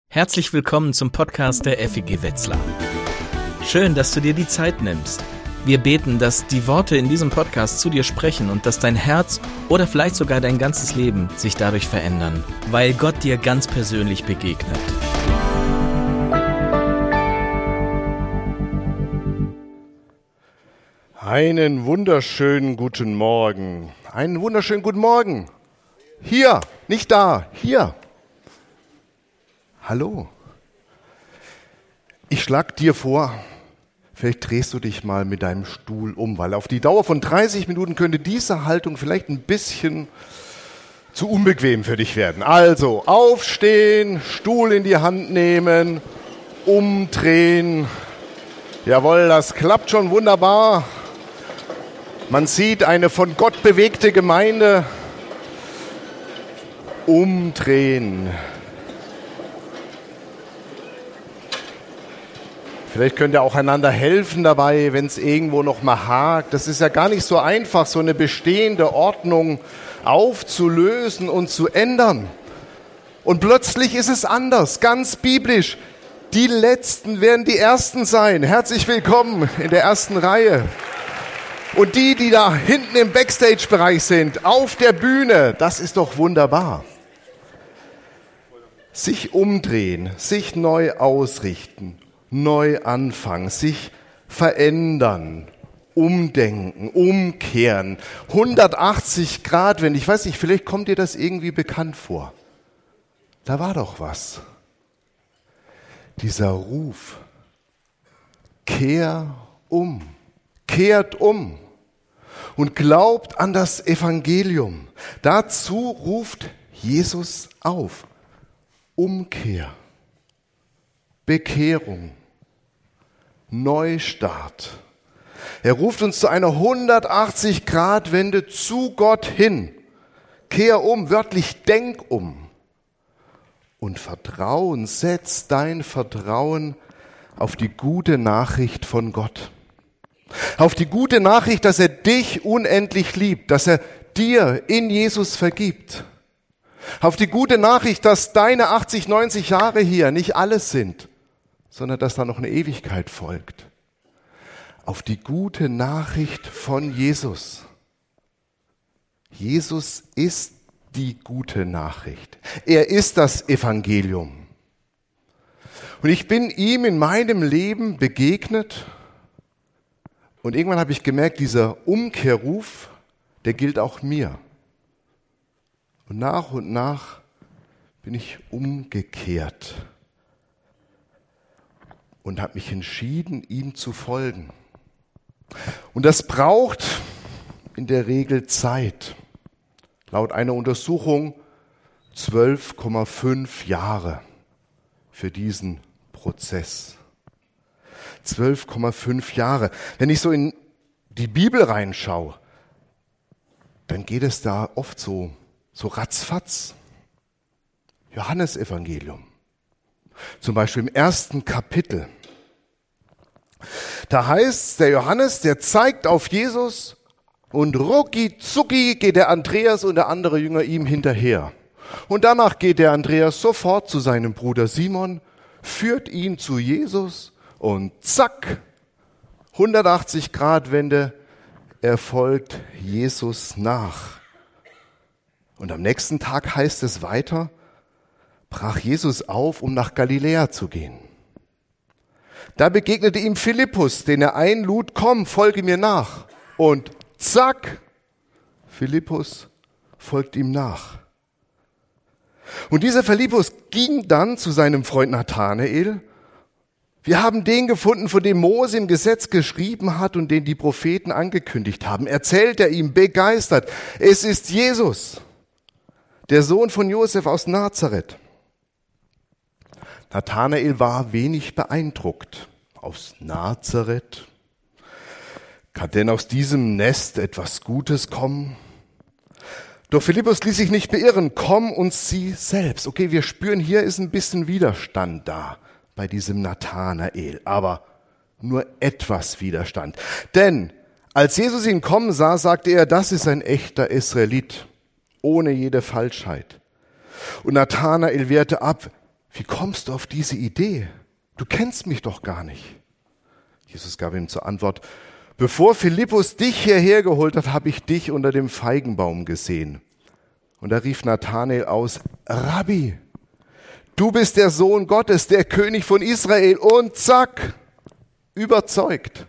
Herzlich willkommen zum Podcast der FEG Wetzlar. Schön, dass du dir die Zeit nimmst. Wir beten, dass die Worte in diesem Podcast zu dir sprechen und dass dein Herz oder vielleicht sogar dein ganzes Leben sich dadurch verändern, weil Gott dir ganz persönlich begegnet. Einen wunderschönen guten Morgen. Einen wunderschönen guten Morgen. Hier, nicht da, hier. Hallo. Ich schlag dir vor, vielleicht drehst du dich mal mit deinem Stuhl um, weil auf die Dauer von 30 Minuten könnte diese Haltung vielleicht ein bisschen zu unbequem für dich werden. Also aufstehen, Stuhl in die Hand nehmen, umdrehen. Jawohl, das klappt schon wunderbar. Man sieht eine von Gott bewegte Gemeinde. Umdrehen. Vielleicht könnt ihr auch einander helfen dabei, wenn es irgendwo noch mal hakt. Das ist ja gar nicht so einfach, so eine bestehende Ordnung aufzulösen und zu ändern. Und plötzlich ist es anders, ganz biblisch. Die Letzten werden die Ersten sein. Herzlich willkommen in der ersten Reihe. Und die da hinten im Backstage-Bereich sind, auf der Bühne, das ist doch wunderbar. Sich umdrehen, sich neu ausrichten, neu anfangen, sich verändern, umdenken, umkehren. 180 Grad Wende. Ich weiß nicht, vielleicht kommt dir das irgendwie bekannt vor. Da war doch was. Dieser Ruf. Kehr um. Kehrt um. Und glaubt an das Evangelium. Dazu ruft Jesus auf. Umkehr. Bekehrung. Neustart. Er ruft uns zu einer 180-Grad-Wende zu Gott hin. Kehr um, wörtlich denk um. Und Vertrauen, setz dein Vertrauen auf die gute Nachricht von Gott. Auf die gute Nachricht, dass er dich unendlich liebt, dass er dir in Jesus vergibt. Auf die gute Nachricht, dass deine 80, 90 Jahre hier nicht alles sind, sondern dass da noch eine Ewigkeit folgt. Auf die gute Nachricht von Jesus. Jesus ist die gute Nachricht. Er ist das Evangelium. Und ich bin ihm in meinem Leben begegnet und irgendwann habe ich gemerkt, dieser Umkehrruf, der gilt auch mir. Und nach bin ich umgekehrt. Und habe mich entschieden, ihm zu folgen. Und das braucht in der Regel Zeit. Laut einer Untersuchung 12,5 Jahre für diesen Prozess. 12,5 Jahre. Wenn ich so in die Bibel reinschaue, dann geht es da oft so ratzfatz. Johannesevangelium. Zum Beispiel im 1. Kapitel. Da heißt, der Johannes, der zeigt auf Jesus und rucki zucki geht der Andreas und der andere Jünger ihm hinterher. Und danach geht der Andreas sofort zu seinem Bruder Simon, führt ihn zu Jesus und zack, 180 Grad Wende, er folgt Jesus nach. Und am nächsten Tag heißt es weiter, brach Jesus auf, um nach Galiläa zu gehen. Da begegnete ihm Philippus, den er einlud, komm, folge mir nach. Und zack, Philippus folgt ihm nach. Und dieser Philippus ging dann zu seinem Freund Nathanael. Wir haben den gefunden, von dem Mose im Gesetz geschrieben hat und den die Propheten angekündigt haben. Erzählt er ihm begeistert, es ist Jesus, der Sohn von Josef aus Nazareth. Nathanael war wenig beeindruckt. Aus Nazareth? Kann denn aus diesem Nest etwas Gutes kommen? Doch Philippus ließ sich nicht beirren. Komm und sieh selbst. Okay, wir spüren, hier ist ein bisschen Widerstand da bei diesem Nathanael. Aber nur etwas Widerstand. Denn als Jesus ihn kommen sah, sagte er, das ist ein echter Israelit, ohne jede Falschheit. Und Nathanael wehrte ab, wie kommst du auf diese Idee? Du kennst mich doch gar nicht. Jesus gab ihm zur Antwort, bevor Philippus dich hierher geholt hat, habe ich dich unter dem Feigenbaum gesehen. Und da rief Nathanael aus, Rabbi, du bist der Sohn Gottes, der König von Israel. Und zack, überzeugt.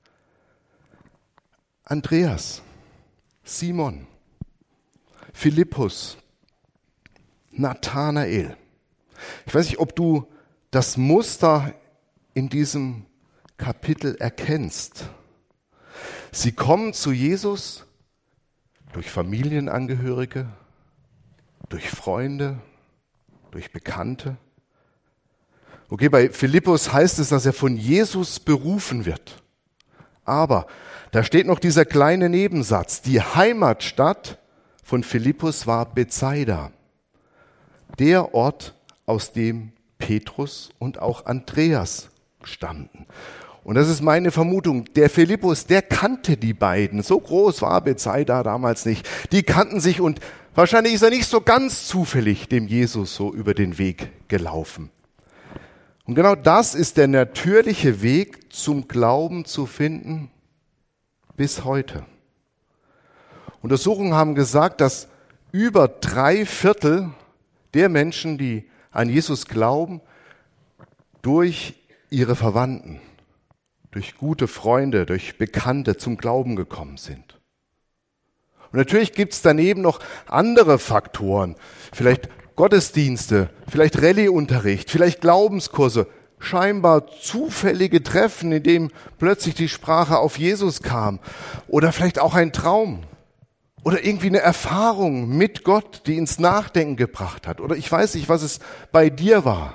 Andreas, Simon, Philippus, Nathanael. Ich weiß nicht, ob du das Muster in diesem Kapitel erkennst. Sie kommen zu Jesus durch Familienangehörige, durch Freunde, durch Bekannte. Okay, bei Philippus heißt es, dass er von Jesus berufen wird. Aber da steht noch dieser kleine Nebensatz. Die Heimatstadt von Philippus war Bethsaida. Der Ort, aus dem Petrus und auch Andreas stammten. Und das ist meine Vermutung. Der Philippus, der kannte die beiden. So groß war Bethsaida damals nicht. Die kannten sich und wahrscheinlich ist er nicht so ganz zufällig dem Jesus so über den Weg gelaufen. Und genau das ist der natürliche Weg zum Glauben zu finden bis heute. Untersuchungen haben gesagt, dass über 3/4 der Menschen, die an Jesus glauben, durch ihre Verwandten, durch gute Freunde, durch Bekannte zum Glauben gekommen sind. Und natürlich gibt es daneben noch andere Faktoren, vielleicht Gottesdienste, vielleicht Rallyeunterricht, vielleicht Glaubenskurse, scheinbar zufällige Treffen, in dem plötzlich die Sprache auf Jesus kam oder vielleicht auch ein Traum. Oder irgendwie eine Erfahrung mit Gott, die ins Nachdenken gebracht hat. Oder ich weiß nicht, was es bei dir war.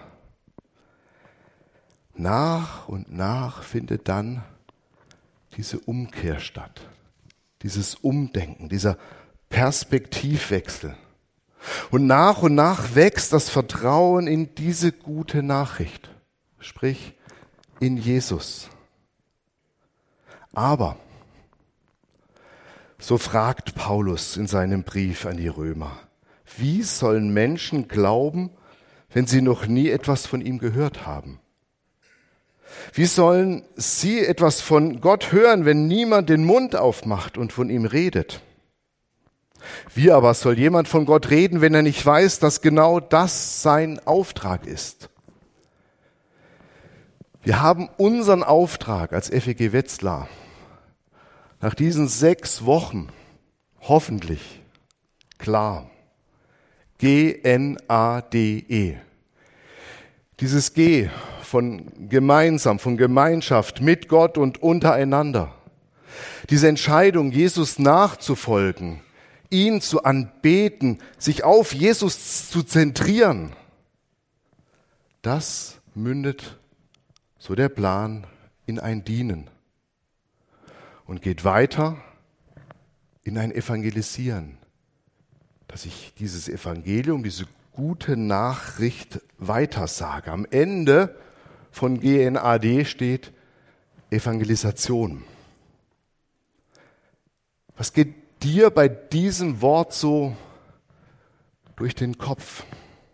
Nach und nach findet dann diese Umkehr statt. Dieses Umdenken, dieser Perspektivwechsel. Und nach wächst das Vertrauen in diese gute Nachricht. Sprich, in Jesus. Aber so fragt Paulus in seinem Brief an die Römer, wie sollen Menschen glauben, wenn sie noch nie etwas von ihm gehört haben? Wie sollen sie etwas von Gott hören, wenn niemand den Mund aufmacht und von ihm redet? Wie aber soll jemand von Gott reden, wenn er nicht weiß, dass genau das sein Auftrag ist? Wir haben unseren Auftrag als FEG Wetzlar nach diesen 6 Wochen hoffentlich klar. GNADE. Dieses G von gemeinsam, von Gemeinschaft mit Gott und untereinander. Diese Entscheidung, Jesus nachzufolgen, ihn zu anbeten, sich auf Jesus zu zentrieren, das mündet, so der Plan, in ein Dienen. Und geht weiter in ein Evangelisieren, dass ich dieses Evangelium, diese gute Nachricht weitersage. Am Ende von GNAD steht Evangelisation. Was geht dir bei diesem Wort so durch den Kopf?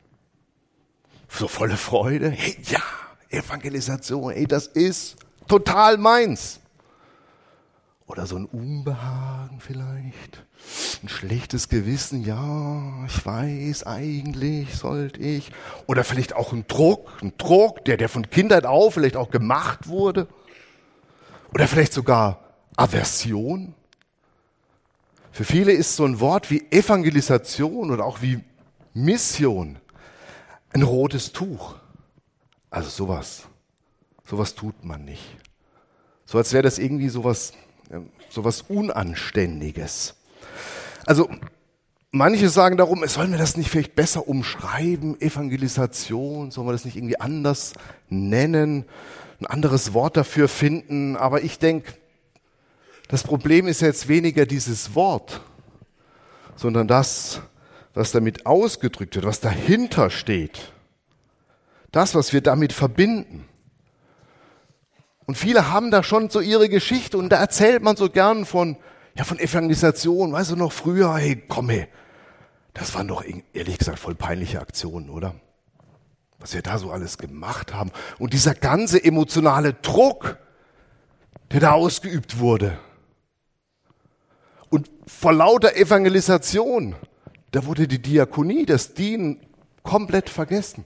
So volle Freude? Hey, ja, Evangelisation, hey, das ist total meins. Oder so ein Unbehagen vielleicht, ein schlechtes Gewissen, ja, ich weiß, eigentlich sollte ich. Oder vielleicht auch ein Druck, der von Kindheit auf vielleicht auch gemacht wurde. Oder vielleicht sogar Aversion. Für viele ist so ein Wort wie Evangelisation oder auch wie Mission ein rotes Tuch. Also sowas tut man nicht. So als wäre das irgendwie sowas Unanständiges. Also manche sagen darum, sollen wir das nicht vielleicht besser umschreiben, Evangelisation, sollen wir das nicht irgendwie anders nennen, ein anderes Wort dafür finden, aber ich denke, das Problem ist jetzt weniger dieses Wort, sondern das, was damit ausgedrückt wird, was dahinter steht, das, was wir damit verbinden. Und viele haben da schon so ihre Geschichte und da erzählt man so gern von Evangelisation. Weißt du noch früher, hey, komm hey, das waren doch ehrlich gesagt voll peinliche Aktionen, oder? was wir da so alles gemacht haben und dieser ganze emotionale Druck, der da ausgeübt wurde. Und vor lauter Evangelisation, da wurde die Diakonie, das Dienen komplett vergessen.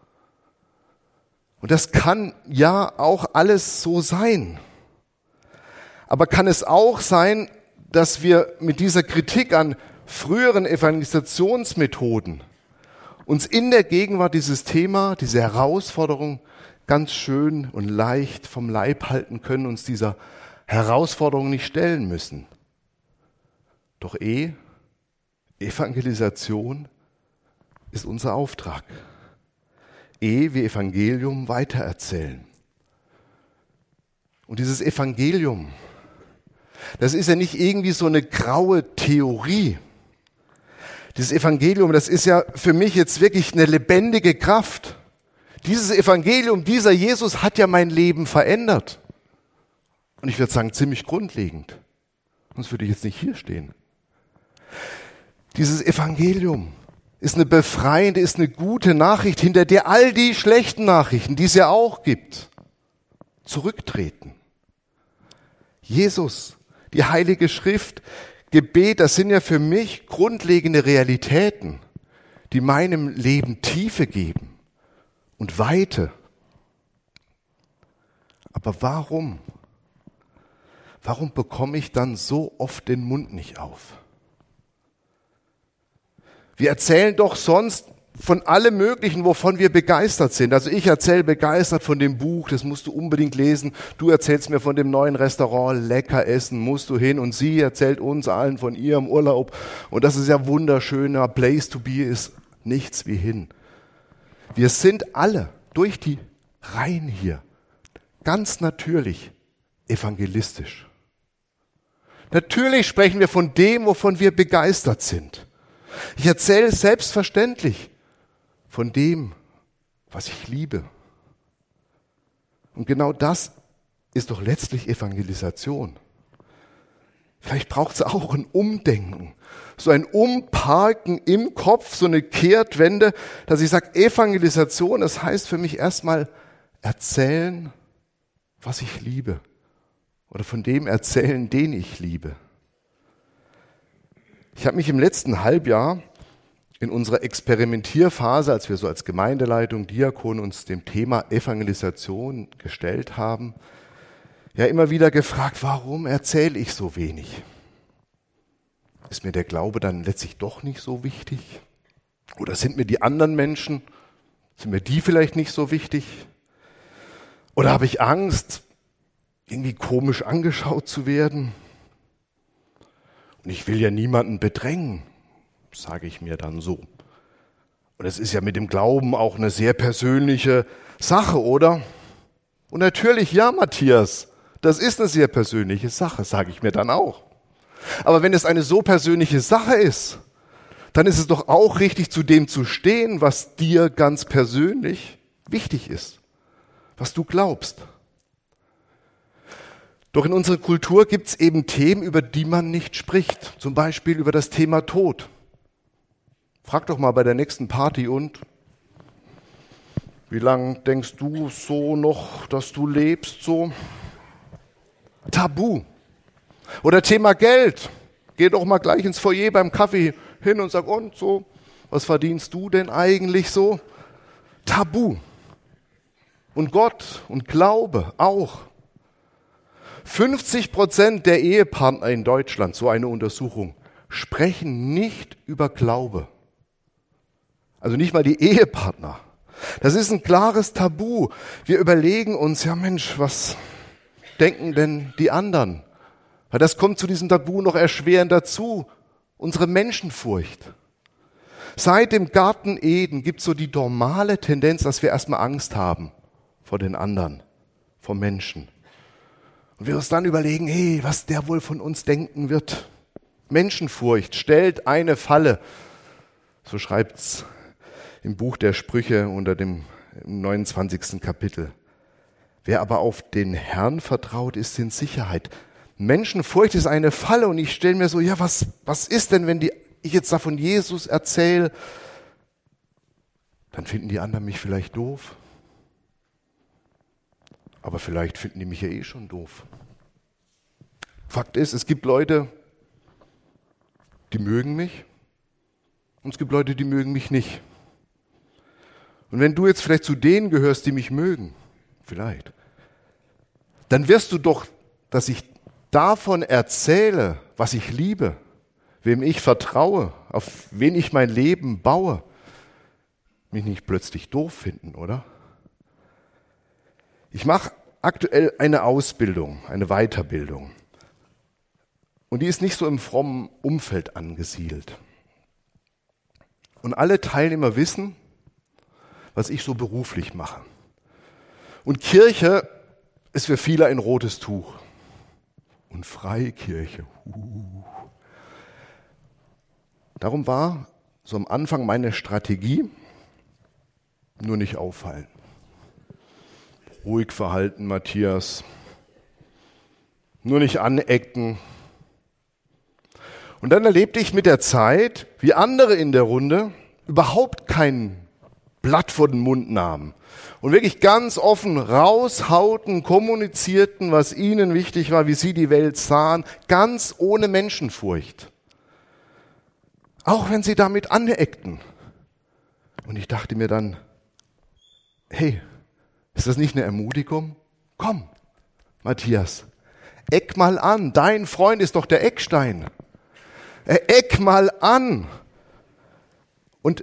Und das kann ja auch alles so sein. Aber kann es auch sein, dass wir mit dieser Kritik an früheren Evangelisationsmethoden uns in der Gegenwart dieses Thema, diese Herausforderung ganz schön und leicht vom Leib halten können, uns dieser Herausforderung nicht stellen müssen? Doch Evangelisation ist unser Auftrag. Wir Evangelium weitererzählen. Und dieses Evangelium, das ist ja nicht irgendwie so eine graue Theorie. Dieses Evangelium, das ist ja für mich jetzt wirklich eine lebendige Kraft. Dieses Evangelium, dieser Jesus hat ja mein Leben verändert. Und ich würde sagen, ziemlich grundlegend. Sonst würde ich jetzt nicht hier stehen. Dieses Evangelium ist eine befreiende, ist eine gute Nachricht, hinter der all die schlechten Nachrichten, die es ja auch gibt, zurücktreten. Jesus, die Heilige Schrift, Gebet, das sind ja für mich grundlegende Realitäten, die meinem Leben Tiefe geben und Weite. Aber warum? Warum bekomme ich dann so oft den Mund nicht auf? Wir erzählen doch sonst von allem Möglichen, wovon wir begeistert sind. Also ich erzähle begeistert von dem Buch, das musst du unbedingt lesen. Du erzählst mir von dem neuen Restaurant, lecker essen, musst du hin. Und sie erzählt uns allen von ihrem Urlaub. Und das ist ja wunderschöner Place to be, ist nichts wie hin. Wir sind alle durch die Reihen hier ganz natürlich evangelistisch. Natürlich sprechen wir von dem, wovon wir begeistert sind. Ich erzähle selbstverständlich von dem, was ich liebe. Und genau das ist doch letztlich Evangelisation. Vielleicht braucht es auch ein Umdenken, so ein Umparken im Kopf, so eine Kehrtwende, dass ich sage, Evangelisation, das heißt für mich erstmal erzählen, was ich liebe. Oder von dem erzählen, den ich liebe. Ich habe mich im letzten Halbjahr in unserer Experimentierphase, als wir so als Gemeindeleitung, Diakon uns dem Thema Evangelisation gestellt haben, ja immer wieder gefragt, warum erzähle ich so wenig? Ist mir der Glaube dann letztlich doch nicht so wichtig? Oder sind mir die anderen Menschen, sind mir die vielleicht nicht so wichtig? Oder habe ich Angst, irgendwie komisch angeschaut zu werden? Und ich will ja niemanden bedrängen, sage ich mir dann so. Und es ist ja mit dem Glauben auch eine sehr persönliche Sache, oder? Und natürlich, ja, Matthias, das ist eine sehr persönliche Sache, sage ich mir dann auch. Aber wenn es eine so persönliche Sache ist, dann ist es doch auch richtig, zu dem zu stehen, was dir ganz persönlich wichtig ist, was du glaubst. Doch in unserer Kultur gibt es eben Themen, über die man nicht spricht. Zum Beispiel über das Thema Tod. Frag doch mal bei der nächsten Party und wie lange denkst du so noch, dass du lebst so? Tabu. Oder Thema Geld. Geh doch mal gleich ins Foyer beim Kaffee hin und sag, und so, was verdienst du denn eigentlich so? Tabu. Und Gott und Glaube auch. 50% der Ehepartner in Deutschland, so eine Untersuchung, sprechen nicht über Glaube. Also nicht mal die Ehepartner. Das ist ein klares Tabu. Wir überlegen uns, ja Mensch, was denken denn die anderen? Weil das kommt zu diesem Tabu noch erschwerend dazu. Unsere Menschenfurcht. Seit dem Garten Eden gibt es so die normale Tendenz, dass wir erstmal Angst haben vor den anderen, vor Menschen. Und wir uns dann überlegen, hey, was der wohl von uns denken wird. Menschenfurcht stellt eine Falle. So schreibt's im Buch der Sprüche unter dem 29. Kapitel. Wer aber auf den Herrn vertraut, ist in Sicherheit. Menschenfurcht ist eine Falle und ich stelle mir so, ja, was ist denn, wenn ich jetzt da von Jesus erzähle? dann finden die anderen mich vielleicht doof. Aber vielleicht finden die mich ja eh schon doof. Fakt ist, es gibt Leute, die mögen mich und es gibt Leute, die mögen mich nicht. Und wenn du jetzt vielleicht zu denen gehörst, die mich mögen, vielleicht, dann wirst du doch, dass ich davon erzähle, was ich liebe, wem ich vertraue, auf wen ich mein Leben baue, mich nicht plötzlich doof finden, oder? Ich mache aktuell eine Ausbildung, eine Weiterbildung. Und die ist nicht so im frommen Umfeld angesiedelt. Und alle Teilnehmer wissen, was ich so beruflich mache. Und Kirche ist für viele ein rotes Tuch. Und Freikirche. Darum war so am Anfang meine Strategie, nur nicht auffallen. Ruhig verhalten, Matthias. Nur nicht anecken. Und dann erlebte ich mit der Zeit, wie andere in der Runde überhaupt kein Blatt vor den Mund nahmen und wirklich ganz offen raushauten, kommunizierten, was ihnen wichtig war, wie sie die Welt sahen, ganz ohne Menschenfurcht. Auch wenn sie damit aneckten. Und ich dachte mir dann, hey, ist das nicht eine Ermutigung? Komm, Matthias, eck mal an, dein Freund ist doch der Eckstein. Eck mal an. Und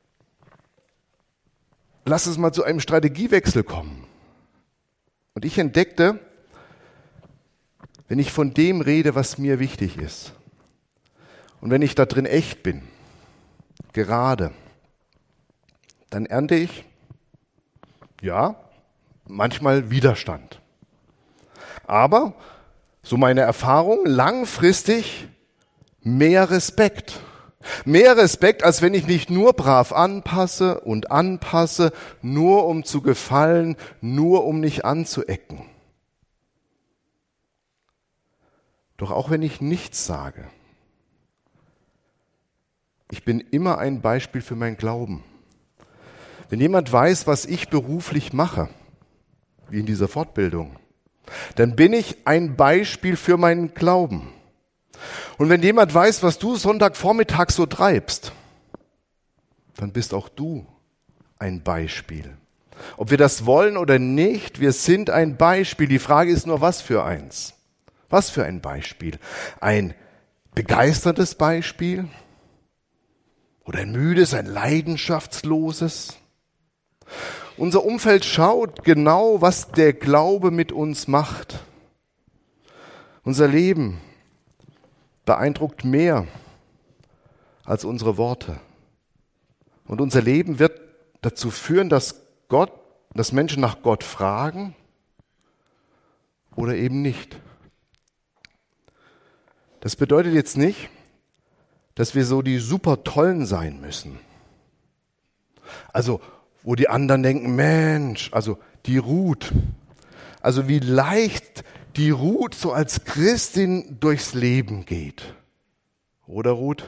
lass es mal zu einem Strategiewechsel kommen. Und ich entdeckte, wenn ich von dem rede, was mir wichtig ist, und wenn ich da drin echt bin, gerade, dann ernte ich, ja, manchmal Widerstand. Aber, so meine Erfahrung, langfristig mehr Respekt. Mehr Respekt, als wenn ich nicht nur brav anpasse, nur um zu gefallen, nur um nicht anzuecken. Doch auch wenn ich nichts sage, ich bin immer ein Beispiel für meinen Glauben. Wenn jemand weiß, was ich beruflich mache, wie in dieser Fortbildung, dann bin ich ein Beispiel für meinen Glauben. Und wenn jemand weiß, was du Sonntagvormittag so treibst, dann bist auch du ein Beispiel. Ob wir das wollen oder nicht, wir sind ein Beispiel. Die Frage ist nur, was für eins? Was für ein Beispiel? Ein begeistertes Beispiel? Oder ein müdes, ein leidenschaftsloses? Unser Umfeld schaut genau, was der Glaube mit uns macht. Unser Leben beeindruckt mehr als unsere Worte. Und unser Leben wird dazu führen, dass Menschen nach Gott fragen oder eben nicht. Das bedeutet jetzt nicht, dass wir so die super Tollen sein müssen. Also, wo die anderen denken, Mensch, also die Ruth. Also wie leicht die Ruth so als Christin durchs Leben geht. Oder Ruth?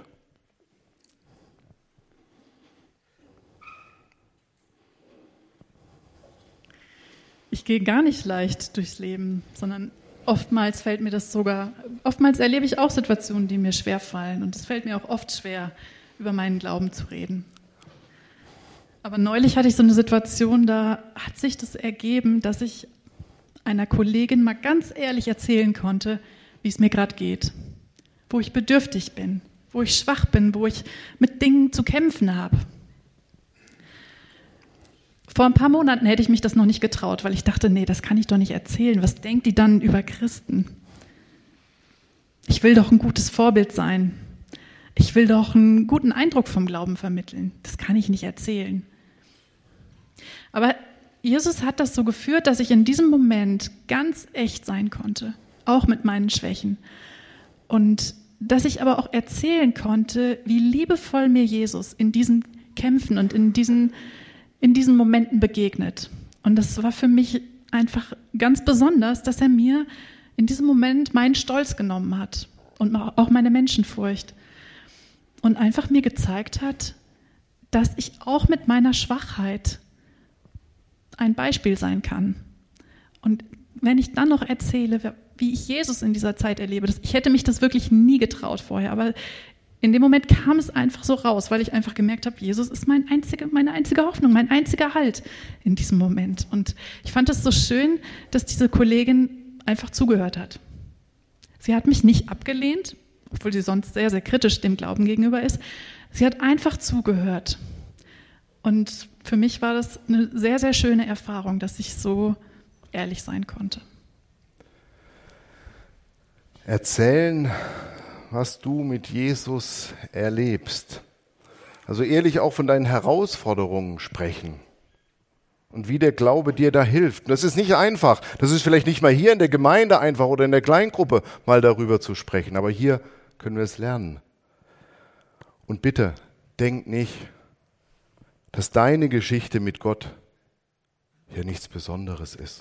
Ich gehe gar nicht leicht durchs Leben, sondern oftmals erlebe ich auch Situationen, die mir schwerfallen. Und es fällt mir auch oft schwer, über meinen Glauben zu reden. Aber neulich hatte ich so eine Situation, da hat sich das ergeben, dass ich einer Kollegin mal ganz ehrlich erzählen konnte, wie es mir gerade geht, wo ich bedürftig bin, wo ich schwach bin, wo ich mit Dingen zu kämpfen habe. Vor ein paar Monaten hätte ich mich das noch nicht getraut, weil ich dachte, nee, das kann ich doch nicht erzählen. Was denkt die dann über Christen? Ich will doch ein gutes Vorbild sein. Ich will doch einen guten Eindruck vom Glauben vermitteln. Das kann ich nicht erzählen. Aber Jesus hat das so geführt, dass ich in diesem Moment ganz echt sein konnte, auch mit meinen Schwächen. Und dass ich aber auch erzählen konnte, wie liebevoll mir Jesus in diesen Kämpfen und in diesen Momenten begegnet. Und das war für mich einfach ganz besonders, dass er mir in diesem Moment meinen Stolz genommen hat und auch meine Menschenfurcht und einfach mir gezeigt hat, dass ich auch mit meiner Schwachheit ein Beispiel sein kann. Und wenn ich dann noch erzähle, wie ich Jesus in dieser Zeit erlebe, ich hätte mich das wirklich nie getraut vorher, aber in dem Moment kam es einfach so raus, weil ich einfach gemerkt habe, Jesus ist meine einzige Hoffnung, mein einziger Halt in diesem Moment. Und ich fand es so schön, dass diese Kollegin einfach zugehört hat. Sie hat mich nicht abgelehnt, obwohl sie sonst sehr, sehr kritisch dem Glauben gegenüber ist. Sie hat einfach zugehört. Und für mich war das eine sehr, sehr schöne Erfahrung, dass ich so ehrlich sein konnte. Erzählen, was du mit Jesus erlebst. Also ehrlich auch von deinen Herausforderungen sprechen und wie der Glaube dir da hilft. Und das ist nicht einfach. Das ist vielleicht nicht mal hier in der Gemeinde einfach oder in der Kleingruppe mal darüber zu sprechen. Aber hier können wir es lernen. Und bitte, denk nicht, dass deine Geschichte mit Gott ja nichts Besonderes ist.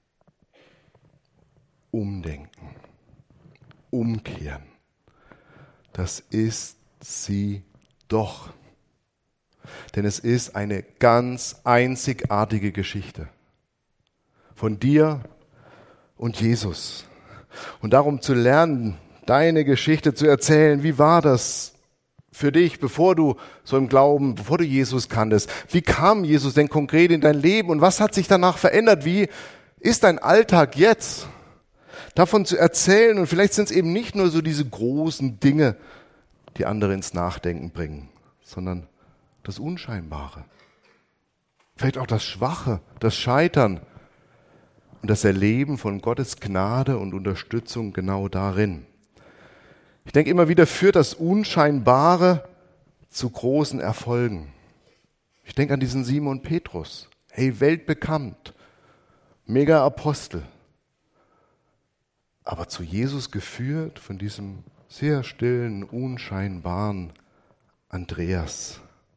Umdenken, umkehren. Das ist sie doch. Denn es ist eine ganz einzigartige Geschichte von dir und Jesus. Und darum zu lernen, deine Geschichte zu erzählen, wie war das für dich, bevor du so im Glauben, bevor du Jesus kanntest? Wie kam Jesus denn konkret in dein Leben und was hat sich danach verändert? Wie ist dein Alltag jetzt? Davon zu erzählen und vielleicht sind es eben nicht nur so diese großen Dinge, die andere ins Nachdenken bringen, sondern das Unscheinbare. Vielleicht auch das Schwache, das Scheitern und das Erleben von Gottes Gnade und Unterstützung genau darin. Ich denke immer wieder, führt das Unscheinbare zu großen Erfolgen. Ich denke an diesen Simon Petrus. Hey, weltbekannt, mega Apostel. Aber zu Jesus geführt von diesem sehr stillen, unscheinbaren Andreas.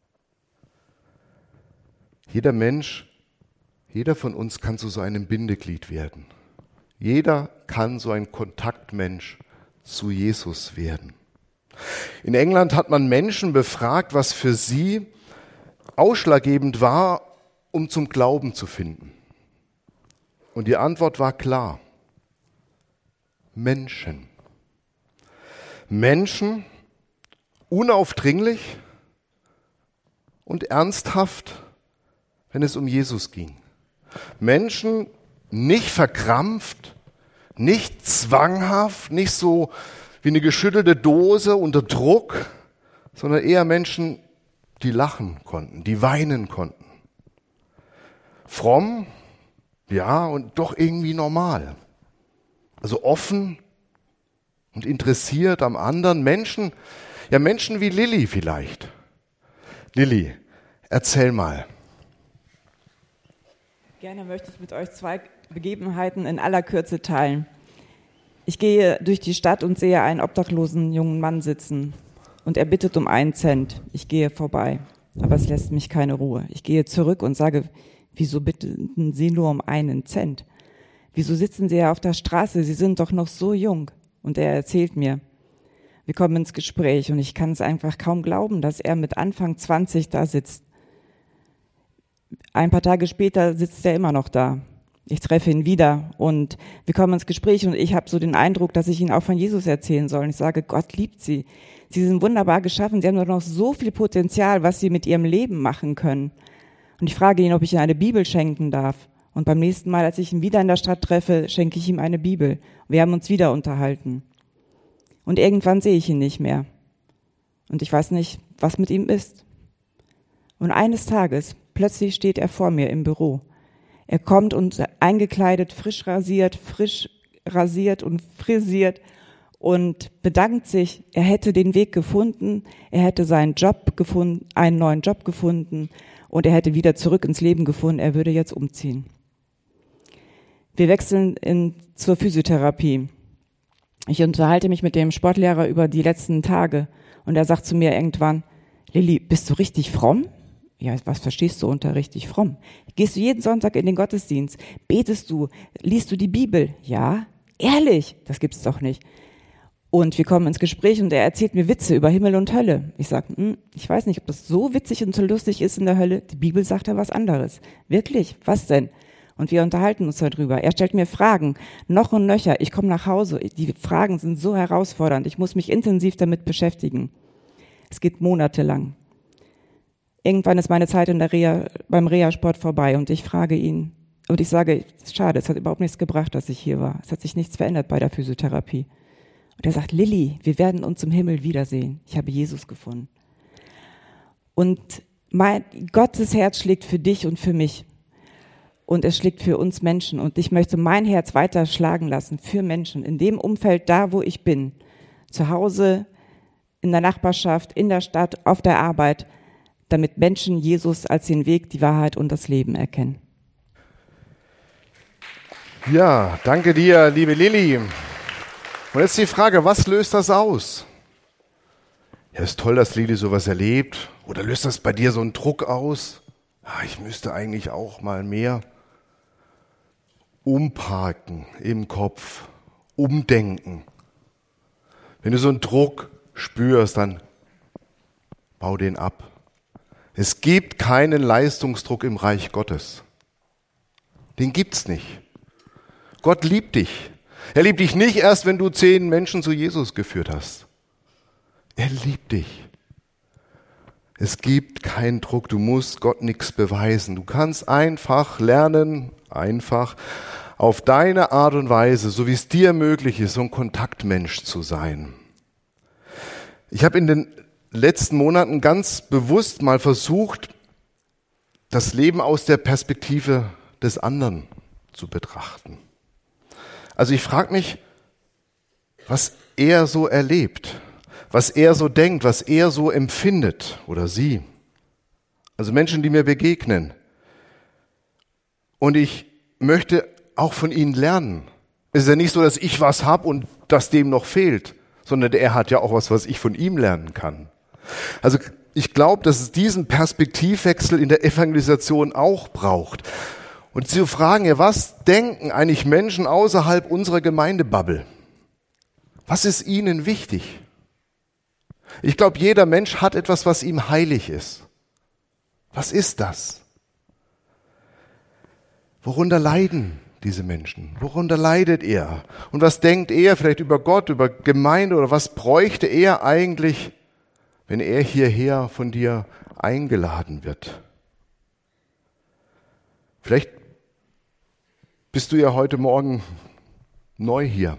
Jeder Mensch, jeder von uns kann zu so einem Bindeglied werden. Jeder kann so ein Kontaktmensch zu Jesus werden. In England hat man Menschen befragt, was für sie ausschlaggebend war, um zum Glauben zu finden. Und die Antwort war klar. Menschen. Menschen, unaufdringlich und ernsthaft, wenn es um Jesus ging. Menschen nicht verkrampft, nicht zwanghaft, nicht so wie eine geschüttelte Dose unter Druck, sondern eher Menschen, die lachen konnten, die weinen konnten. Fromm, ja, und doch irgendwie normal. Also offen und interessiert am anderen. Menschen, ja Menschen wie Lilly vielleicht. Lilly, erzähl mal. Gerne möchte ich mit euch 2 Begebenheiten in aller Kürze teilen. Ich gehe durch die Stadt und sehe einen obdachlosen jungen Mann sitzen und er bittet um 1 Cent. Ich gehe vorbei, aber es lässt mich keine Ruhe. Ich gehe zurück und sage, wieso bitten Sie nur um 1 Cent? Wieso sitzen Sie ja auf der Straße? Sie sind doch noch so jung. Und er erzählt mir. Wir kommen ins Gespräch und ich kann es einfach kaum glauben, dass er mit Anfang 20 da sitzt. Ein paar Tage später sitzt er immer noch da. Ich treffe ihn wieder und wir kommen ins Gespräch und ich habe so den Eindruck, dass ich Ihnen auch von Jesus erzählen soll. Und ich sage, Gott liebt Sie. Sie sind wunderbar geschaffen. Sie haben doch noch so viel Potenzial, was Sie mit Ihrem Leben machen können. Und ich frage ihn, ob ich ihm eine Bibel schenken darf. Und beim nächsten Mal, als ich ihn wieder in der Stadt treffe, schenke ich ihm eine Bibel. Wir haben uns wieder unterhalten. Und irgendwann sehe ich ihn nicht mehr. Und ich weiß nicht, was mit ihm ist. Und eines Tages, plötzlich steht er vor mir im Büro. Er kommt und eingekleidet, frisch rasiert und frisiert und bedankt sich, er hätte den Weg gefunden, er hätte seinen Job gefunden, einen neuen Job gefunden und er hätte wieder zurück ins Leben gefunden, er würde jetzt umziehen. Wir wechseln zur Physiotherapie. Ich unterhalte mich mit dem Sportlehrer über die letzten Tage und er sagt zu mir irgendwann, Lilly, bist du richtig fromm? Ja, was verstehst du unter richtig fromm? Gehst du jeden Sonntag in den Gottesdienst? Betest du? Liest du die Bibel? Ja, ehrlich, das gibt's doch nicht. Und wir kommen ins Gespräch und er erzählt mir Witze über Himmel und Hölle. Ich sage, ich weiß nicht, ob das so witzig und so lustig ist in der Hölle. Die Bibel sagt da was anderes. Wirklich? Was denn? Und wir unterhalten uns darüber. Er stellt mir Fragen, noch und nöcher. Ich komme nach Hause. Die Fragen sind so herausfordernd. Ich muss mich intensiv damit beschäftigen. Es geht monatelang. Irgendwann ist meine Zeit beim Reha-Sport vorbei und ich frage ihn. Und ich sage, schade, es hat überhaupt nichts gebracht, dass ich hier war. Es hat sich nichts verändert bei der Physiotherapie. Und er sagt, Lilly, wir werden uns im Himmel wiedersehen. Ich habe Jesus gefunden. Und Gottes Herz schlägt für dich und für mich. Und es schlägt für uns Menschen. Und ich möchte mein Herz weiter schlagen lassen für Menschen. In dem Umfeld, da wo ich bin. Zu Hause, in der Nachbarschaft, in der Stadt, auf der Arbeit. Damit Menschen Jesus als den Weg, die Wahrheit und das Leben erkennen. Ja, danke dir, liebe Lilly. Und jetzt die Frage, was löst das aus? Ja, ist toll, dass Lilly sowas erlebt. Oder löst das bei dir so einen Druck aus? Ja, ich müsste eigentlich auch mal mehr umparken im Kopf, umdenken. Wenn du so einen Druck spürst, dann bau den ab. Es gibt keinen Leistungsdruck im Reich Gottes. Den gibt's nicht. Gott liebt dich. Er liebt dich nicht erst, wenn du 10 Menschen zu Jesus geführt hast. Er liebt dich. Es gibt keinen Druck, du musst Gott nichts beweisen. Du kannst einfach lernen, auf deine Art und Weise, so wie es dir möglich ist, so ein Kontaktmensch zu sein. Ich habe in den letzten Monaten ganz bewusst mal versucht, das Leben aus der Perspektive des anderen zu betrachten. Also ich frage mich, was er so erlebt, was er so denkt, was er so empfindet oder sie. Also Menschen, die mir begegnen. Und ich möchte auch von ihnen lernen. Es ist ja nicht so, dass ich was habe und das dem noch fehlt, sondern er hat ja auch was ich von ihm lernen kann. Also ich glaube, dass es diesen Perspektivwechsel in der Evangelisation auch braucht. Und zu fragen, ja, was denken eigentlich Menschen außerhalb unserer Gemeindebubble? Was ist ihnen wichtig? Ich glaube, jeder Mensch hat etwas, was ihm heilig ist. Was ist das? Worunter leiden diese Menschen? Worunter leidet er? Und was denkt er vielleicht über Gott, über Gemeinde oder was bräuchte er eigentlich, wenn er hierher von dir eingeladen wird? Vielleicht bist du ja heute Morgen neu hier.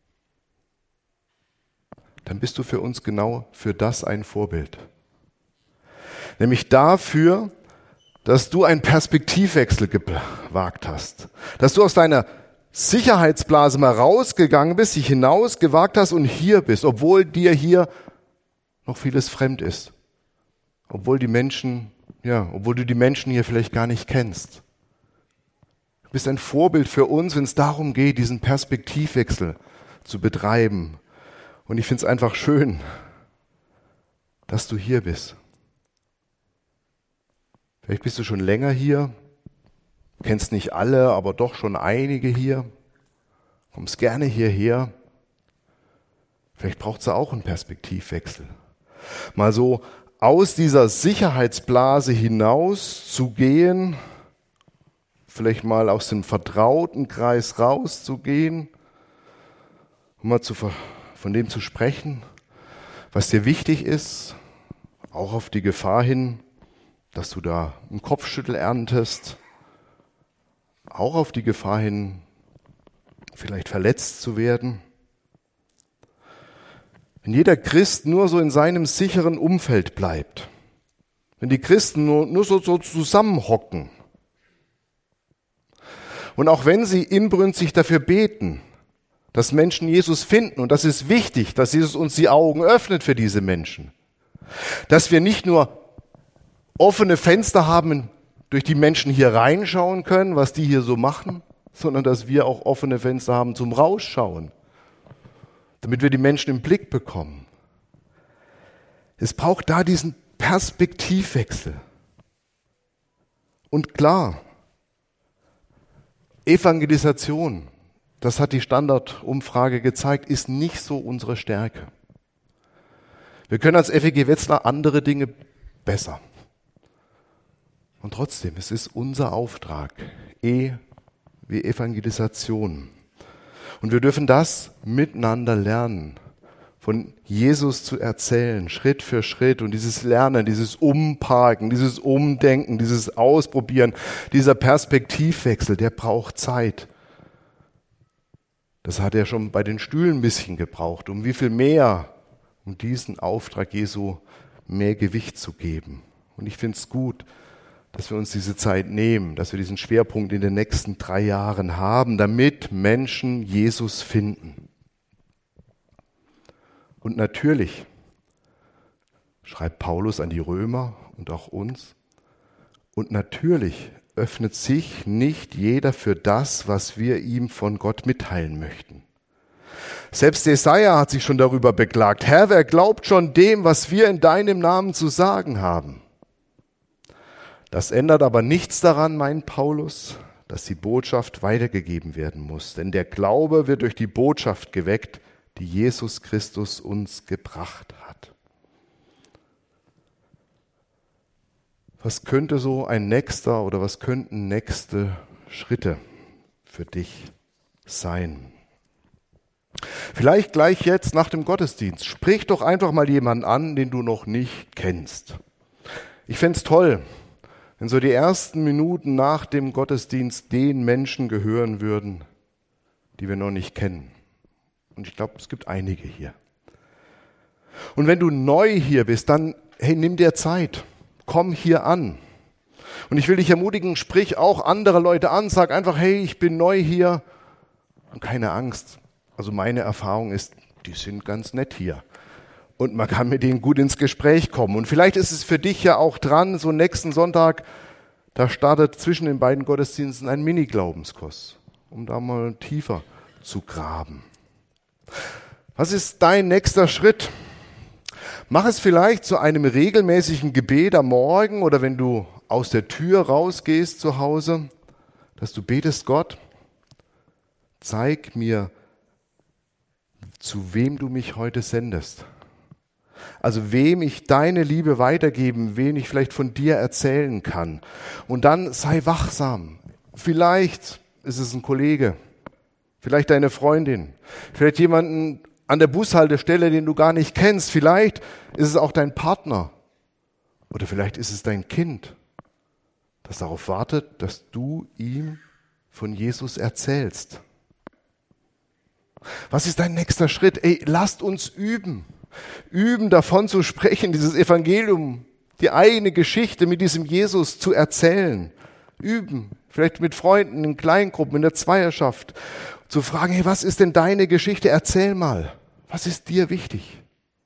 Dann bist du für uns genau für das ein Vorbild. Nämlich dafür, dass du einen Perspektivwechsel gewagt hast. Dass du aus deiner Sicherheitsblase mal rausgegangen bist, dich hinaus gewagt hast und hier bist, obwohl dir hier noch vieles fremd ist. Obwohl du die Menschen hier vielleicht gar nicht kennst. Du bist ein Vorbild für uns, wenn es darum geht, diesen Perspektivwechsel zu betreiben. Und ich finde es einfach schön, dass du hier bist. Vielleicht bist du schon länger hier, kennst nicht alle, aber doch schon einige hier, kommst gerne hierher. Vielleicht braucht es auch einen Perspektivwechsel. Mal so aus dieser Sicherheitsblase hinaus zu gehen, vielleicht mal aus dem vertrauten Kreis rauszugehen, um mal von dem zu sprechen, was dir wichtig ist, auch auf die Gefahr hin, dass du da einen Kopfschüttel erntest, auch auf die Gefahr hin, vielleicht verletzt zu werden. Wenn jeder Christ nur so in seinem sicheren Umfeld bleibt, wenn die Christen nur so zusammenhocken und auch wenn sie inbrünstig dafür beten, dass Menschen Jesus finden, und das ist wichtig, dass Jesus uns die Augen öffnet für diese Menschen, dass wir nicht nur offene Fenster haben, durch die Menschen hier reinschauen können, was die hier so machen, sondern dass wir auch offene Fenster haben zum Rausschauen, damit wir die Menschen im Blick bekommen. Es braucht da diesen Perspektivwechsel. Und klar, Evangelisation, das hat die Standardumfrage gezeigt, ist nicht so unsere Stärke. Wir können als FEG Wetzlar andere Dinge besser. Und trotzdem, es ist unser Auftrag, wie Evangelisation. Und wir dürfen das miteinander lernen, von Jesus zu erzählen, Schritt für Schritt. Und dieses Lernen, dieses Umparken, dieses Umdenken, dieses Ausprobieren, dieser Perspektivwechsel, der braucht Zeit. Das hat er schon bei den Stühlen ein bisschen gebraucht. Um wie viel mehr, um diesen Auftrag Jesu mehr Gewicht zu geben. Und ich finde es gut, dass wir uns diese Zeit nehmen, dass wir diesen Schwerpunkt in den nächsten 3 Jahren haben, damit Menschen Jesus finden. Und natürlich schreibt Paulus an die Römer und auch uns, und natürlich öffnet sich nicht jeder für das, was wir ihm von Gott mitteilen möchten. Selbst Jesaja hat sich schon darüber beklagt. Herr, wer glaubt schon dem, was wir in deinem Namen zu sagen haben? Das ändert aber nichts daran, meint Paulus, dass die Botschaft weitergegeben werden muss. Denn der Glaube wird durch die Botschaft geweckt, die Jesus Christus uns gebracht hat. Was könnte so ein nächster oder was könnten nächste Schritte für dich sein? Vielleicht gleich jetzt nach dem Gottesdienst. Sprich doch einfach mal jemanden an, den du noch nicht kennst. Ich fände es toll, wenn so die ersten Minuten nach dem Gottesdienst den Menschen gehören würden, die wir noch nicht kennen. Und ich glaube, es gibt einige hier. Und wenn du neu hier bist, dann nimm dir Zeit. Komm hier an. Und ich will dich ermutigen, sprich auch andere Leute an. Sag einfach, hey, ich bin neu hier. Und keine Angst. Also meine Erfahrung ist, die sind ganz nett hier. Und man kann mit denen gut ins Gespräch kommen. Und vielleicht ist es für dich ja auch dran, so nächsten Sonntag, da startet zwischen den beiden Gottesdiensten ein Mini-Glaubenskurs, um da mal tiefer zu graben. Was ist dein nächster Schritt? Mach es vielleicht zu einem regelmäßigen Gebet am Morgen oder wenn du aus der Tür rausgehst zu Hause, dass du betest, Gott, zeig mir, zu wem du mich heute sendest. Also wem ich deine Liebe weitergeben, wen ich vielleicht von dir erzählen kann. Und dann sei wachsam. Vielleicht ist es ein Kollege, vielleicht deine Freundin, vielleicht jemanden an der Bushaltestelle, den du gar nicht kennst. Vielleicht ist es auch dein Partner oder vielleicht ist es dein Kind, das darauf wartet, dass du ihm von Jesus erzählst. Was ist dein nächster Schritt? Lasst uns üben. Üben, davon zu sprechen, dieses Evangelium, die eigene Geschichte mit diesem Jesus zu erzählen. Üben, vielleicht mit Freunden, in Kleingruppen, in der Zweierschaft, zu fragen, hey, was ist denn deine Geschichte? Erzähl mal, was ist dir wichtig?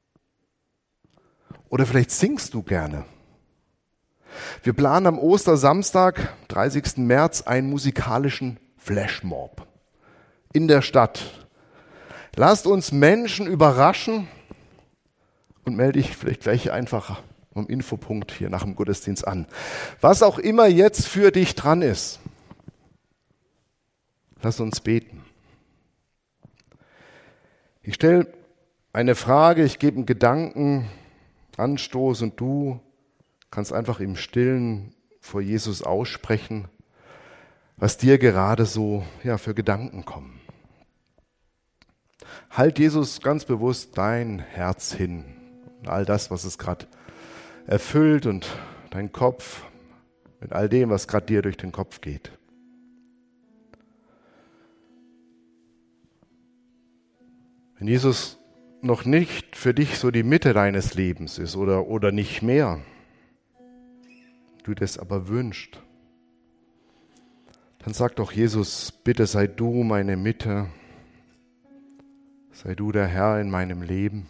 Oder vielleicht singst du gerne. Wir planen am Ostersamstag, 30. März, einen musikalischen Flashmob in der Stadt. Lasst uns Menschen überraschen und melde dich vielleicht gleich einfach am Infopunkt hier nach dem Gottesdienst an. Was auch immer jetzt für dich dran ist, lass uns beten. Ich stelle eine Frage, ich gebe einen Gedankenanstoß und du kannst einfach im Stillen vor Jesus aussprechen, was dir gerade so für Gedanken kommen. Halt Jesus ganz bewusst dein Herz hin. All das, was es gerade erfüllt und dein Kopf mit all dem, was gerade dir durch den Kopf geht. Wenn Jesus noch nicht für dich so die Mitte deines Lebens ist oder nicht mehr, du das aber wünschst, dann sag doch Jesus, bitte sei du meine Mitte, sei du der Herr in meinem Leben.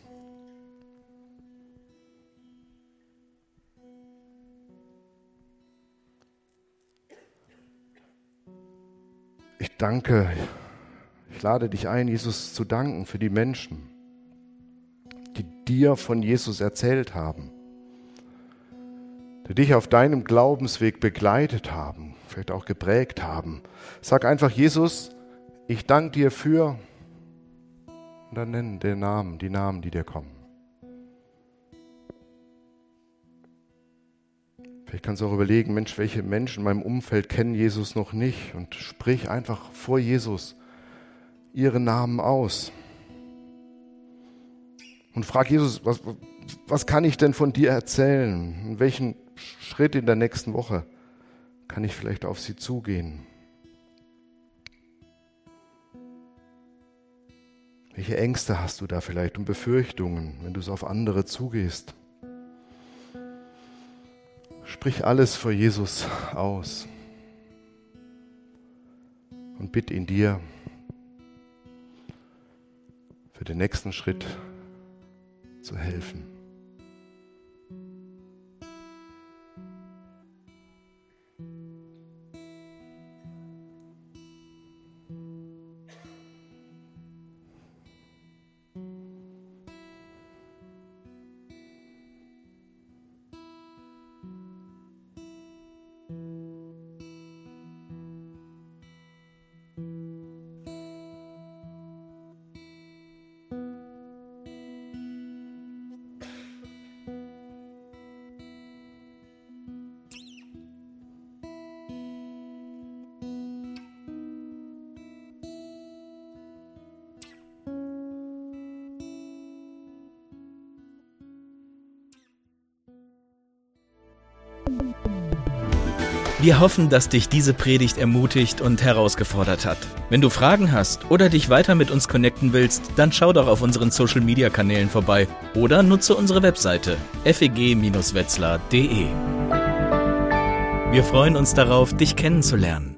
Ich danke, ich lade dich ein, Jesus zu danken für die Menschen, die dir von Jesus erzählt haben, die dich auf deinem Glaubensweg begleitet haben, vielleicht auch geprägt haben. Sag einfach, Jesus, Ich danke dir für, und dann nennen die Namen, die dir kommen. Vielleicht kannst du auch überlegen, Mensch, welche Menschen in meinem Umfeld kennen Jesus noch nicht, und sprich einfach vor Jesus ihre Namen aus. Und frag Jesus, was kann ich denn von dir erzählen? In welchen Schritt in der nächsten Woche kann ich vielleicht auf sie zugehen? Welche Ängste hast du da vielleicht und Befürchtungen, wenn du es auf andere zugehst? Sprich alles vor Jesus aus und bitt ihn dir für den nächsten Schritt zu helfen. Wir hoffen, dass dich diese Predigt ermutigt und herausgefordert hat. Wenn du Fragen hast oder dich weiter mit uns connecten willst, dann schau doch auf unseren Social-Media-Kanälen vorbei oder nutze unsere Webseite feg-wetzlar.de. Wir freuen uns darauf, dich kennenzulernen.